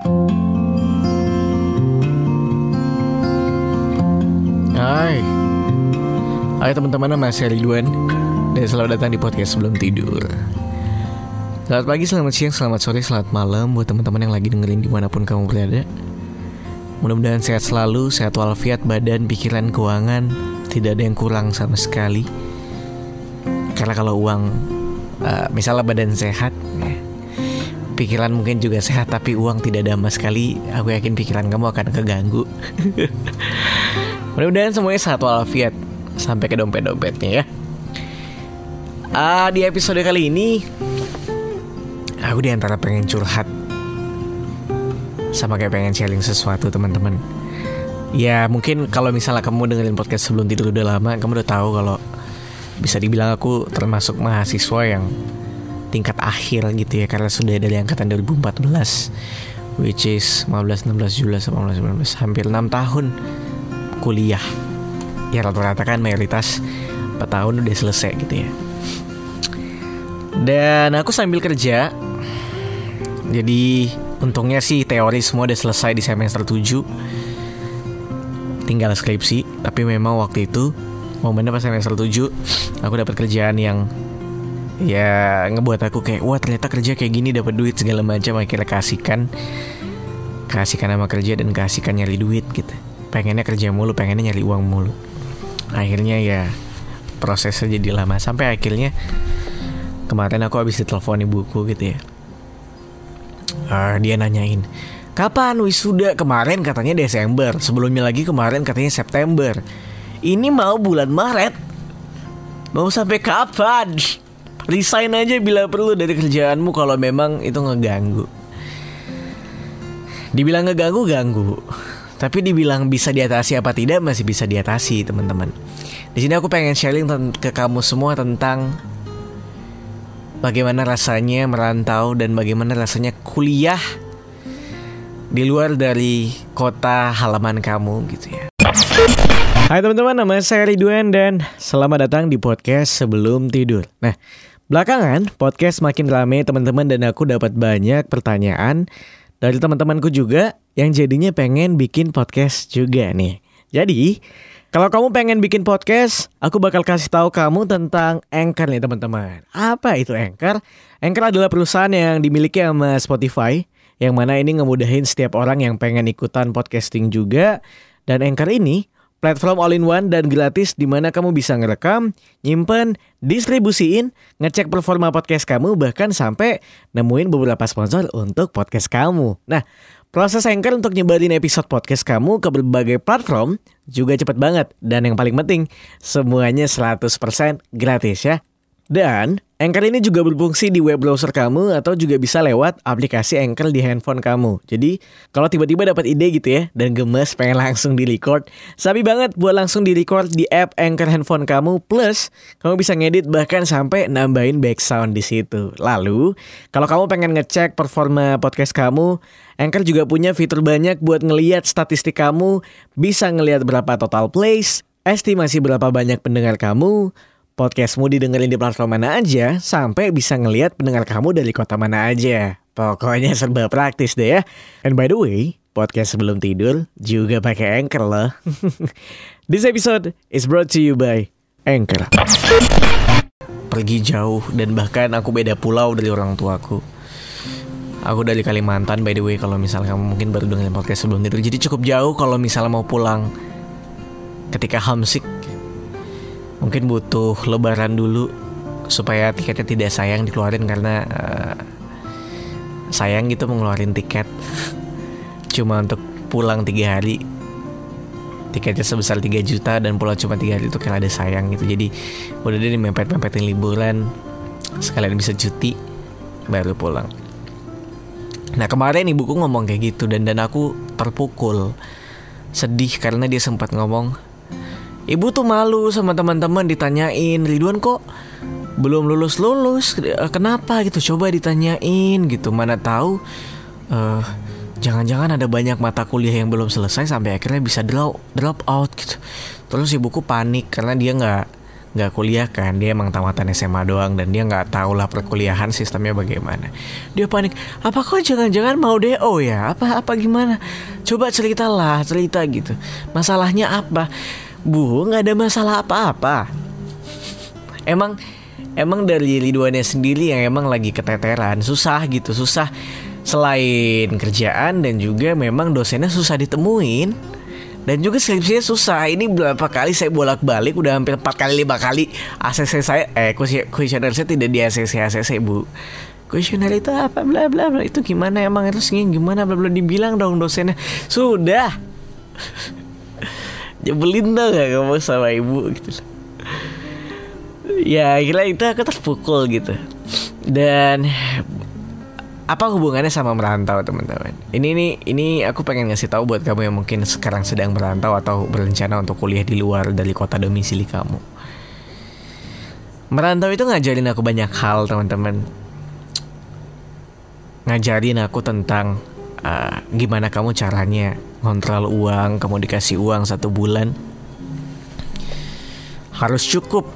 Hai teman-teman, nama saya Ridwan dan selamat datang di podcast sebelum tidur. Selamat pagi, selamat siang, selamat sore, selamat malam buat teman-teman yang lagi dengerin dimanapun kamu berada. Mudah-mudahan sehat selalu, sehat walafiat, badan, pikiran, keuangan, tidak ada yang kurang sama sekali. Karena kalau uang, misalnya badan sehat, pikiran mungkin juga sehat, tapi uang tidak ada sama sekali, aku yakin pikiran kamu akan keganggu. Mudah-mudahan semuanya sehat walafiat sampai ke dompet-dompetnya ya. Di episode kali ini aku diantara pengen curhat sama kayak pengen sharing sesuatu teman-teman. Ya mungkin kalau misalnya kamu dengerin podcast sebelum tidur udah lama, kamu udah tahu kalau bisa dibilang aku termasuk mahasiswa yang tingkat akhir gitu ya, karena sudah dari angkatan 2014, which is 15, 16, 17, 18, 19, hampir 6 tahun kuliah. Ya rata-rata kan mayoritas 4 tahun udah selesai gitu ya. Dan aku sambil kerja. Jadi untungnya sih teori semua udah selesai di semester 7. Tinggal skripsi. Tapi memang waktu itu momennya pas semester 7 aku dapat kerjaan yang ya ngebuat aku kayak wah ternyata kerja kayak gini dapat duit segala macam. Akhirnya kasihkan sama kerja dan kasihkan nyari duit gitu. Pengennya kerja mulu, pengennya nyari uang mulu. Akhirnya ya prosesnya jadi lama. Sampai akhirnya kemarin aku habis ditelepon ibuku gitu ya. Dia nanyain, kapan wisuda? Kemarin katanya Desember, sebelumnya lagi kemarin katanya September. Ini mau bulan Maret. Mau sampai kapan? Resign aja bila perlu dari kerjaanmu kalau memang itu ngeganggu. Dibilang ngeganggu, ganggu. Tapi dibilang bisa diatasi apa tidak, masih bisa diatasi teman-teman. Di sini aku pengen sharing ke kamu semua tentang bagaimana rasanya merantau dan bagaimana rasanya kuliah di luar dari kota halaman kamu gitu ya. Hai teman-teman, nama saya Ridwan dan selamat datang di podcast sebelum tidur. Nah, belakangan podcast makin rame teman-teman dan aku dapat banyak pertanyaan dari teman-temanku juga yang jadinya pengen bikin podcast juga nih. Jadi, kalau kamu pengen bikin podcast, aku bakal kasih tahu kamu tentang Anchor nih teman-teman. Apa itu Anchor? Anchor adalah perusahaan yang dimiliki sama Spotify, yang mana ini ngemudahin setiap orang yang pengen ikutan podcasting juga. Dan Anchor ini platform all-in-one dan gratis di mana kamu bisa ngerekam, nyimpen, distribusiin, ngecek performa podcast kamu, bahkan sampai nemuin beberapa sponsor untuk podcast kamu. Nah, proses Anchor untuk nyebarin episode podcast kamu ke berbagai platform juga cepet banget. Dan yang paling penting, semuanya 100% gratis ya. Dan Anchor ini juga berfungsi di web browser kamu atau juga bisa lewat aplikasi Anchor di handphone kamu. Jadi kalau tiba-tiba dapat ide gitu ya dan gemes pengen langsung di-record, sabi banget buat langsung di-record di app Anchor handphone kamu. Plus kamu bisa ngedit bahkan sampai nambahin background di situ. Lalu kalau kamu pengen ngecek performa podcast kamu, Anchor juga punya fitur banyak buat ngelihat statistik kamu, bisa ngelihat berapa total plays, estimasi berapa banyak pendengar kamu, podcastmu didengerin di platform mana aja, sampai bisa ngelihat pendengar kamu dari kota mana aja. Pokoknya serba praktis deh ya. And by the way, podcast sebelum tidur juga pakai Anchor loh. This episode is brought to you by Anchor. Pergi jauh dan bahkan aku beda pulau dari orang tuaku. Aku dari Kalimantan by the way, kalau misalnya kamu mungkin baru dengerin podcast sebelum tidur. Jadi cukup jauh kalau misalnya mau pulang ketika homesick. Mungkin butuh lebaran dulu supaya tiketnya tidak sayang dikeluarin, karena sayang gitu mengeluarin tiket cuma untuk pulang 3 hari. Tiketnya sebesar 3 juta dan pulang cuma 3 hari, itu kayak ada sayang gitu. Jadi udah deh mepet-mepetin liburan, sekalian bisa cuti baru pulang. Nah kemarin ibuku ngomong kayak gitu dan aku terpukul, sedih karena dia sempat ngomong, ibu tuh malu sama teman-teman ditanyain, Ridwan kok belum lulus, kenapa gitu, coba ditanyain gitu. Mana tahu jangan-jangan ada banyak mata kuliah yang belum selesai sampai akhirnya bisa drop out gitu. Terus ibuku panik karena dia nggak kuliah kan, dia emang tamatan SMA doang dan dia nggak tahu lah perkuliahan sistemnya bagaimana. Dia panik, apa kok jangan-jangan mau DO ya, apa gimana, coba cerita gitu, masalahnya apa? Bu, nggak ada masalah apa-apa. Emang dari Ridwannya sendiri yang emang lagi keteteran, susah selain kerjaan dan juga memang dosennya susah ditemuin. Dan juga skripsinya susah. Ini berapa kali saya bolak-balik, udah hampir 4 kali 5 kali ACC saya kuesioner saya tidak di ACC Bu. Kuesioner itu apa bla bla bla, itu gimana emang harus gimana bla bla, dibilang dong dosennya. Sudah. Jebelin tau gak kamu sama ibu gitu. Ya akhirnya itu aku terpukul gitu. Dan apa hubungannya sama merantau, teman-teman? Ini aku pengen ngasih tahu buat kamu yang mungkin sekarang sedang merantau atau berencana untuk kuliah di luar dari kota domisili kamu. Merantau itu ngajarin aku banyak hal, teman-teman. Ngajarin aku tentang gimana kamu caranya ngontrol uang. Kamu dikasih uang 1 bulan, harus cukup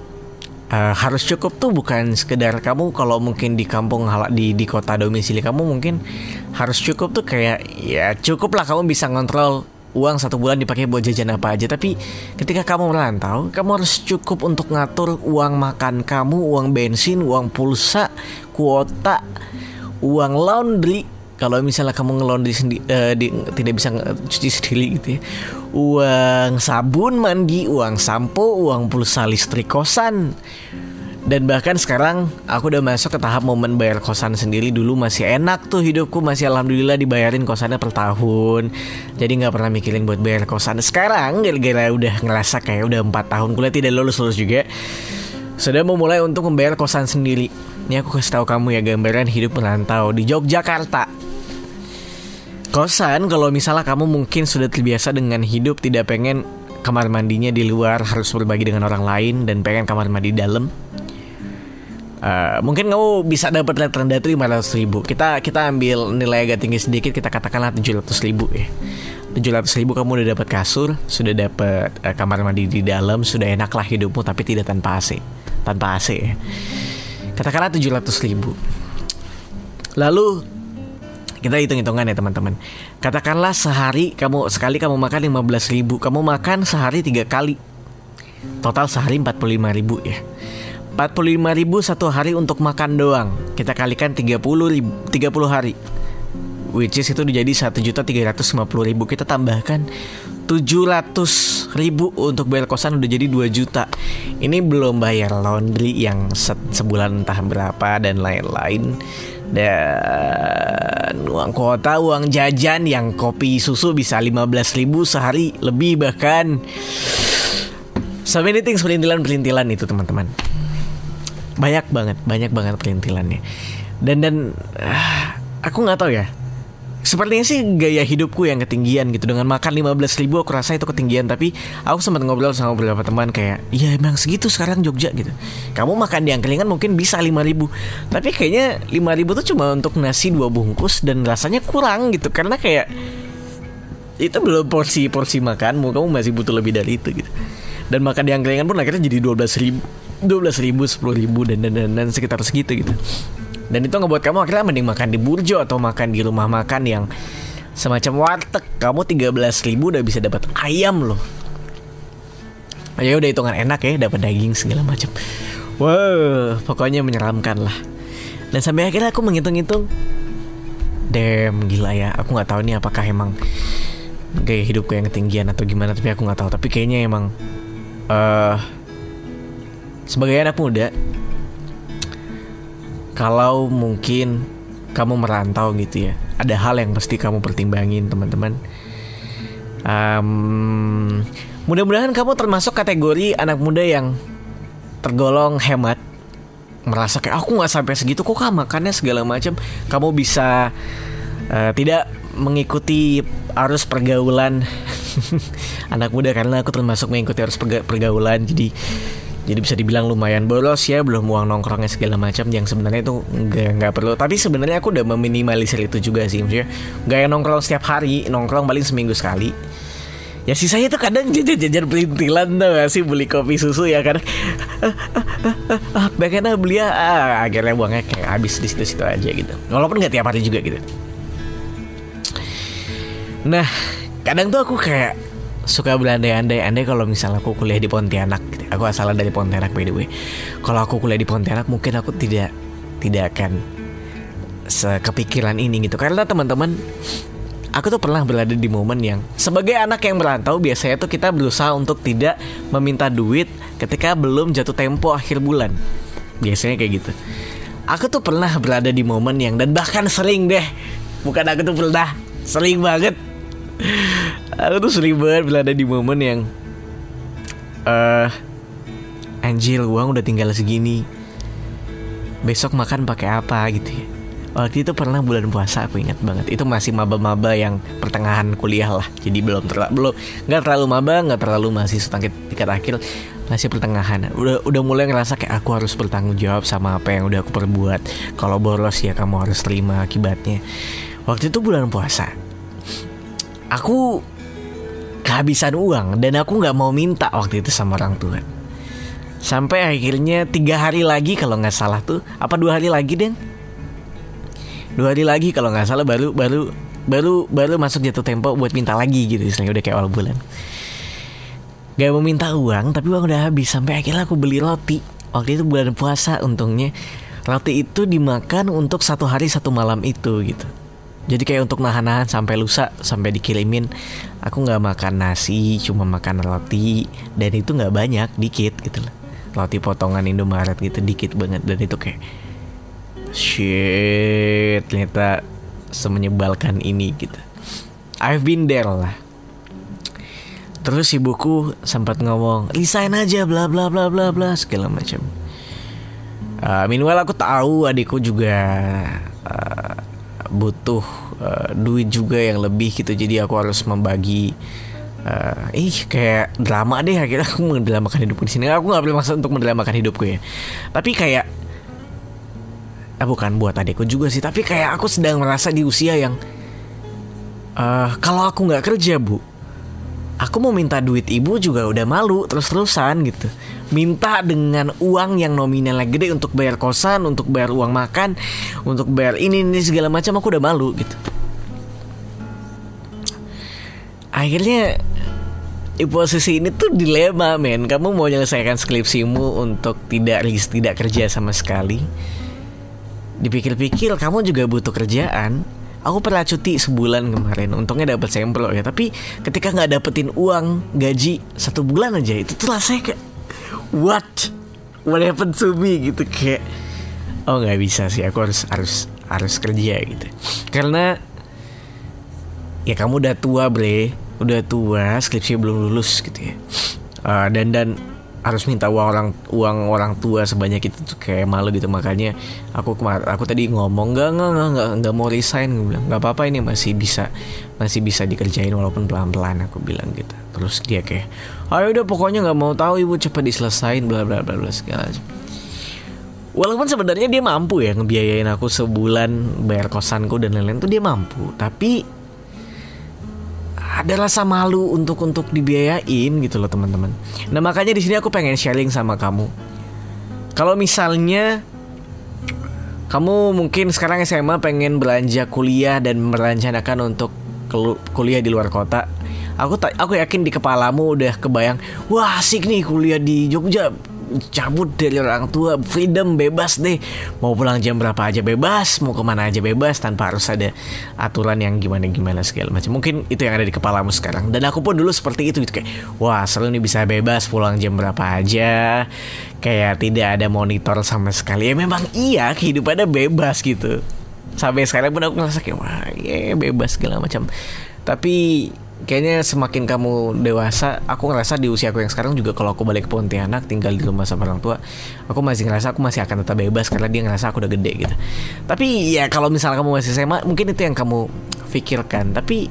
tuh bukan sekedar kamu kalau mungkin di kampung di kota domisili kamu mungkin harus cukup tuh kayak ya cukup lah kamu bisa ngontrol uang 1 bulan dipakai buat jajan apa aja. Tapi ketika kamu merantau, kamu harus cukup untuk ngatur uang makan kamu, uang bensin, uang pulsa, kuota, uang laundry. Kalau misalnya kamu nge-laundry tidak bisa cuci sendiri gitu ya. Uang sabun mandi, uang sampo, uang pulsa listrik kosan. Dan bahkan sekarang aku udah masuk ke tahap momen bayar kosan sendiri. Dulu masih enak tuh hidupku, masih alhamdulillah dibayarin kosannya per tahun. Jadi gak pernah mikirin buat bayar kosan. Sekarang gara-gara udah ngerasa kayak udah 4 tahun kuliah tidak lulus juga, sudah memulai untuk membayar kosan sendiri. Ini aku kasih tahu kamu ya gambaran hidup merantau di Yogyakarta. Kosan, kalau misalnya kamu mungkin sudah terbiasa dengan hidup tidak pengen kamar mandinya di luar, harus berbagi dengan orang lain, dan pengen kamar mandi dalam, mungkin kamu bisa dapat rate rendah itu 500.000. Kita ambil nilai agak tinggi sedikit, kita katakanlah 700.000 ya. 700.000 kamu udah dapat kasur, sudah dapat kamar mandi di dalam, sudah enak lah hidupmu, tapi tidak tanpa AC ya. Katakanlah 700.000. Lalu kita hitung-hitungan ya teman-teman. Katakanlah sekali kamu makan 15.000, kamu makan sehari 3 kali, total sehari 45.000 ya. 45.000 1 hari untuk makan doang. Kita kalikan 30 hari, which is itu jadi 1.350.000. Kita tambahkan 700.000 untuk bayar kosan, udah jadi 2 juta. Ini belum bayar laundry yang sebulan entah berapa dan lain-lain. Dan uang kuota, uang jajan yang kopi susu bisa 15.000 sehari lebih bahkan. So many things, perintilan itu teman-teman. Banyak banget perintilannya. Dan aku nggak tahu ya. Sepertinya sih gaya hidupku yang ketinggian gitu. Dengan makan 15.000 aku rasa itu ketinggian. Tapi aku sempat ngobrol sama beberapa teman kayak, ya emang segitu sekarang Jogja gitu. Kamu makan di angkringan mungkin bisa 5.000, tapi kayaknya 5.000 tuh cuma untuk nasi 2 bungkus. Dan rasanya kurang gitu, karena kayak itu belum porsi makanmu. Kamu masih butuh lebih dari itu gitu. Dan makan di angkringan pun akhirnya jadi 12.000, 10.000 dan sekitar segitu gitu. Dan itu ngebuat kamu akhirnya mending makan di burjo atau makan di rumah makan yang semacam warteg. Kamu 13.000 udah bisa dapat ayam loh. Ya udah hitungan enak ya, dapat daging segala macam. Wow, pokoknya menyeramkan lah. Dan sampai akhirnya aku menghitung-hitung, damn gila ya. Aku nggak tahu nih apakah emang gaya hidupku yang ketinggian atau gimana, tapi aku nggak tahu. Tapi kayaknya emang sebagai anak muda, kalau mungkin kamu merantau gitu ya, ada hal yang mesti kamu pertimbangin teman-teman. Mudah-mudahan kamu termasuk kategori anak muda yang tergolong hemat, merasa kayak aku nggak sampai segitu kok makannya segala macam. Kamu bisa tidak mengikuti arus pergaulan anak muda, karena aku termasuk mengikuti arus pergaulan. Jadi bisa dibilang lumayan boros ya, belum uang nongkrongnya segala macam yang sebenarnya itu nggak perlu. Tapi sebenarnya aku udah meminimalisir itu juga sih, maksudnya nggak yang nongkrong setiap hari, nongkrong paling seminggu sekali. Ya sisanya tuh kadang jajan-jajan perintilan tuh gak sih, beli kopi susu ya kadang pengen beli akhirnya buangnya kayak habis di situ-situ aja gitu. Walaupun nggak tiap hari juga gitu. Nah kadang tuh aku kayak suka berandai-andai kalau misalnya aku kuliah di Pontianak gitu. Aku asalnya dari Pontianak by the way. Kalau aku kuliah di Pontianak mungkin aku tidak akan sekepikiran ini gitu. Karena teman-teman, aku tuh pernah berada di momen yang sebagai anak yang merantau biasanya tuh kita berusaha untuk tidak meminta duit ketika belum jatuh tempo akhir bulan. Biasanya kayak gitu. Aku tuh pernah berada di momen yang, dan bahkan sering deh, bukan aku tuh pernah, sering banget. Aku tuh sering banget berada di momen yang anjir, uang udah tinggal segini, besok makan pakai apa gitu ya. Waktu itu pernah bulan puasa, aku ingat banget. Itu masih maba-maba yang pertengahan kuliah lah. Jadi nggak terlalu maba, nggak terlalu masih tingkat akhir, masih pertengahan. Udah mulai ngerasa kayak aku harus bertanggung jawab sama apa yang udah aku perbuat. Kalau boros ya kamu harus terima akibatnya. Waktu itu bulan puasa, aku kehabisan uang dan aku nggak mau minta waktu itu sama orang tua. Sampai akhirnya 3 hari lagi kalau nggak salah tuh, apa 2 hari lagi Den? 2 hari lagi kalau nggak salah baru masuk jatuh tempo buat minta lagi gitu, istilahnya udah kayak awal bulan. Gak mau minta uang tapi uang udah habis. Sampai akhirnya aku beli roti. Waktu itu bulan puasa untungnya. Roti itu dimakan untuk 1 hari 1 malam itu gitu. Jadi kayak untuk nahan-nahan sampai lusa, sampai dikirimin. Aku gak makan nasi, cuma makan roti. Dan itu gak banyak, dikit gitu loh. Roti potongan Indomaret gitu, dikit banget. Dan itu kayak shit, ternyata semenyebalkan ini gitu. I've been there lah. Terus ibuku sempat ngomong, resign aja bla bla bla bla bla segala macam. Meanwhile aku tahu adikku juga butuh duit juga yang lebih gitu. Jadi aku harus membagi. Kayak drama deh. Akhirnya aku mendramakan hidupku di sini. Aku nggak bermaksud untuk mendramakan hidupku ya. Tapi kayak bukan buat adikku juga sih. Tapi kayak aku sedang merasa di usia yang kalau aku nggak kerja bu, aku mau minta duit ibu juga udah malu terus-terusan gitu. Minta dengan uang yang nominalnya gede untuk bayar kosan, untuk bayar uang makan, untuk bayar ini segala macam, aku udah malu gitu. Akhirnya di posisi ini tuh dilema men. Kamu mau menyelesaikan skripsimu untuk tidak kerja sama sekali. Dipikir-pikir kamu juga butuh kerjaan. Aku pernah cuti sebulan kemarin, untungnya dapat sempro ya. Tapi ketika nggak dapetin uang gaji 1 bulan aja, itu tuh rasanya kayak what happened to me gitu. Kayak nggak bisa sih, aku harus kerja gitu. Karena ya kamu udah tua udah tua, skripsi belum lulus gitu ya. Dan harus minta uang orang tua sebanyak itu tuh kayak malu gitu. Makanya aku tadi ngomong nggak mau resign. Gue bilang nggak apa-apa, ini masih bisa dikerjain walaupun pelan-pelan, aku bilang gitu. Terus dia kayak ayo udah pokoknya nggak mau tahu ibu, cepat diselesain bla bla bla bla segala macam. Walaupun sebenarnya dia mampu ya ngebiayain aku sebulan bayar kosanku dan lain-lain tuh dia mampu, tapi ada rasa malu untuk dibiayain gitu loh teman-teman. Nah makanya di sini aku pengen sharing sama kamu. Kalau misalnya kamu mungkin sekarang SMA pengen belanja kuliah dan merencanakan untuk kuliah di luar kota, aku yakin di kepalamu udah kebayang, wah asik nih kuliah di Jogja, cabut dari orang tua, freedom, bebas deh, mau pulang jam berapa aja bebas, mau kemana aja bebas, tanpa harus ada aturan yang gimana segala macam. Mungkin itu yang ada di kepalamu sekarang. Dan aku pun dulu seperti itu gitu, kayak wah seru nih bisa bebas pulang jam berapa aja, kayak tidak ada monitor sama sekali. Ya memang iya, kehidupannya bebas gitu. Sampai sekarang pun aku ngerasa kayak wah bebas segala macam. Tapi kayaknya semakin kamu dewasa, aku ngerasa di usia aku yang sekarang juga, kalau aku balik ke Pontianak tinggal di rumah sama orang tua, aku masih ngerasa aku masih akan tetap bebas karena dia ngerasa aku udah gede gitu. Tapi ya kalau misalnya kamu masih SMA, mungkin itu yang kamu pikirkan. Tapi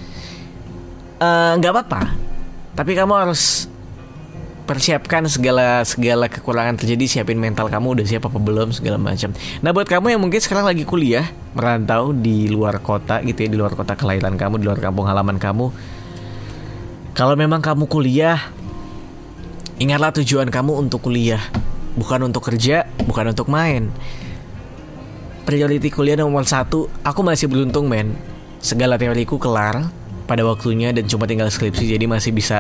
nggak apa-apa. Tapi kamu harus persiapkan segala kekurangan terjadi, siapin mental kamu udah siap apa belum segala macam. Nah buat kamu yang mungkin sekarang lagi kuliah merantau di luar kota gitu ya, di luar kota kelahiran kamu, di luar kampung halaman kamu, Kalau memang kamu kuliah, ingatlah tujuan kamu untuk kuliah, bukan untuk kerja, bukan untuk main. Priority kuliah nomor 1. Aku masih beruntung men, segala teoriku kelar pada waktunya dan cuma tinggal skripsi, jadi masih bisa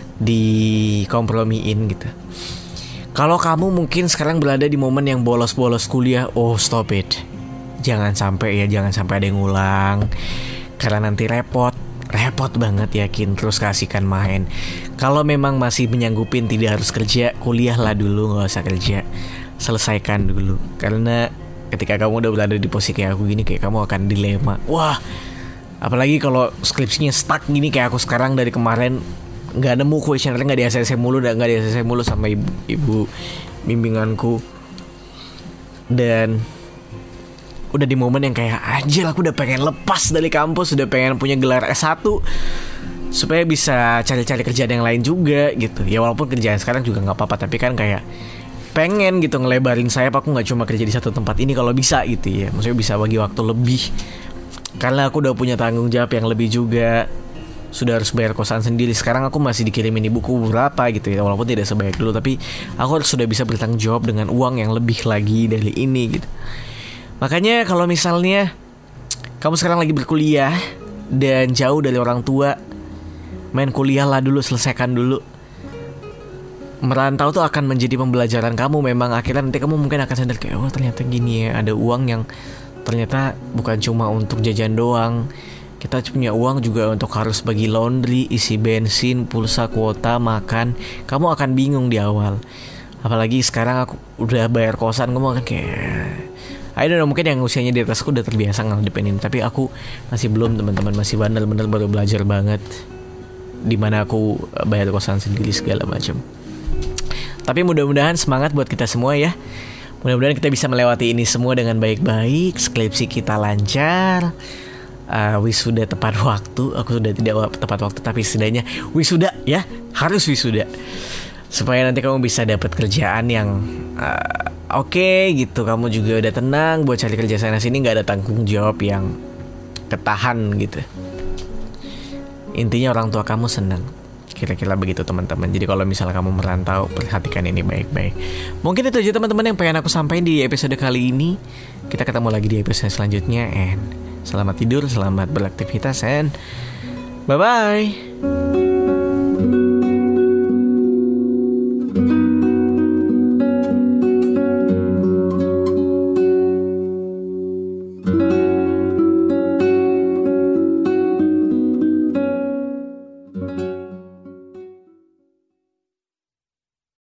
dikompromiin gitu. Kalau kamu mungkin sekarang berada di momen yang bolos-bolos kuliah, oh stop it. Jangan sampai ada yang ngulang, karena nanti repot banget yakin. Terus kasihkan main. Kalau memang masih menyanggupin tidak harus kerja, kuliahlah dulu, gak usah kerja. Selesaikan dulu. Karena ketika kamu udah berada di posisi kayak aku gini, kayak kamu akan dilema. Wah, apalagi kalau skripsinya stuck gini kayak aku sekarang dari kemarin, gak nemu questionnaire, gak di ACC mulu sama ibu bimbinganku. Dan udah di momen yang kayak anjir, aku udah pengen lepas dari kampus, udah pengen punya gelar S1 supaya bisa cari-cari kerjaan yang lain juga gitu. Ya walaupun kerjaan sekarang juga gak apa-apa, tapi kan kayak pengen gitu ngelebarin sayap. Aku gak cuma kerja di satu tempat ini kalau bisa gitu ya. Maksudnya bisa bagi waktu lebih, karena aku udah punya tanggung jawab yang lebih juga. Sudah harus bayar kosan sendiri. Sekarang aku masih dikirimin ibuku berapa gitu ya, walaupun tidak sebanyak dulu, tapi aku harus sudah bisa bertanggung jawab dengan uang yang lebih lagi dari ini gitu. Makanya kalau misalnya kamu sekarang lagi berkuliah dan jauh dari orang tua, main kuliahlah dulu, selesaikan dulu. Merantau tuh akan menjadi pembelajaran kamu. Memang akhirnya nanti kamu mungkin akan sadar kayak, oh ternyata gini ya, ada uang yang ternyata bukan cuma untuk jajan doang. Kita punya uang juga untuk harus bagi laundry, isi bensin, pulsa, kuota, makan. Kamu akan bingung di awal. Apalagi sekarang aku udah bayar kosan, kamu akan kayak I don't know, mungkin yang usianya di atasku udah terbiasa ngadepin ini, tapi aku masih belum teman-teman, masih bener-bener baru belajar banget, dimana aku bayar kosan sendiri segala macam. Tapi mudah-mudahan semangat buat kita semua ya. Mudah-mudahan kita bisa melewati ini semua dengan baik-baik. Skripsi kita lancar, wisuda tepat waktu. Aku sudah tidak tepat waktu, tapi setidaknya wisuda ya, harus wisuda, supaya nanti kamu bisa dapat kerjaan yang oke gitu. Kamu juga udah tenang buat cari kerja sana sini, gak ada tanggung jawab yang ketahan gitu. Intinya orang tua kamu senang. Kira-kira begitu teman-teman. Jadi kalau misalnya kamu merantau, perhatikan ini baik-baik. Mungkin itu aja teman-teman yang pengen aku sampaikan di episode kali ini. Kita ketemu lagi di episode selanjutnya. And selamat tidur, selamat beraktivitas, and bye-bye.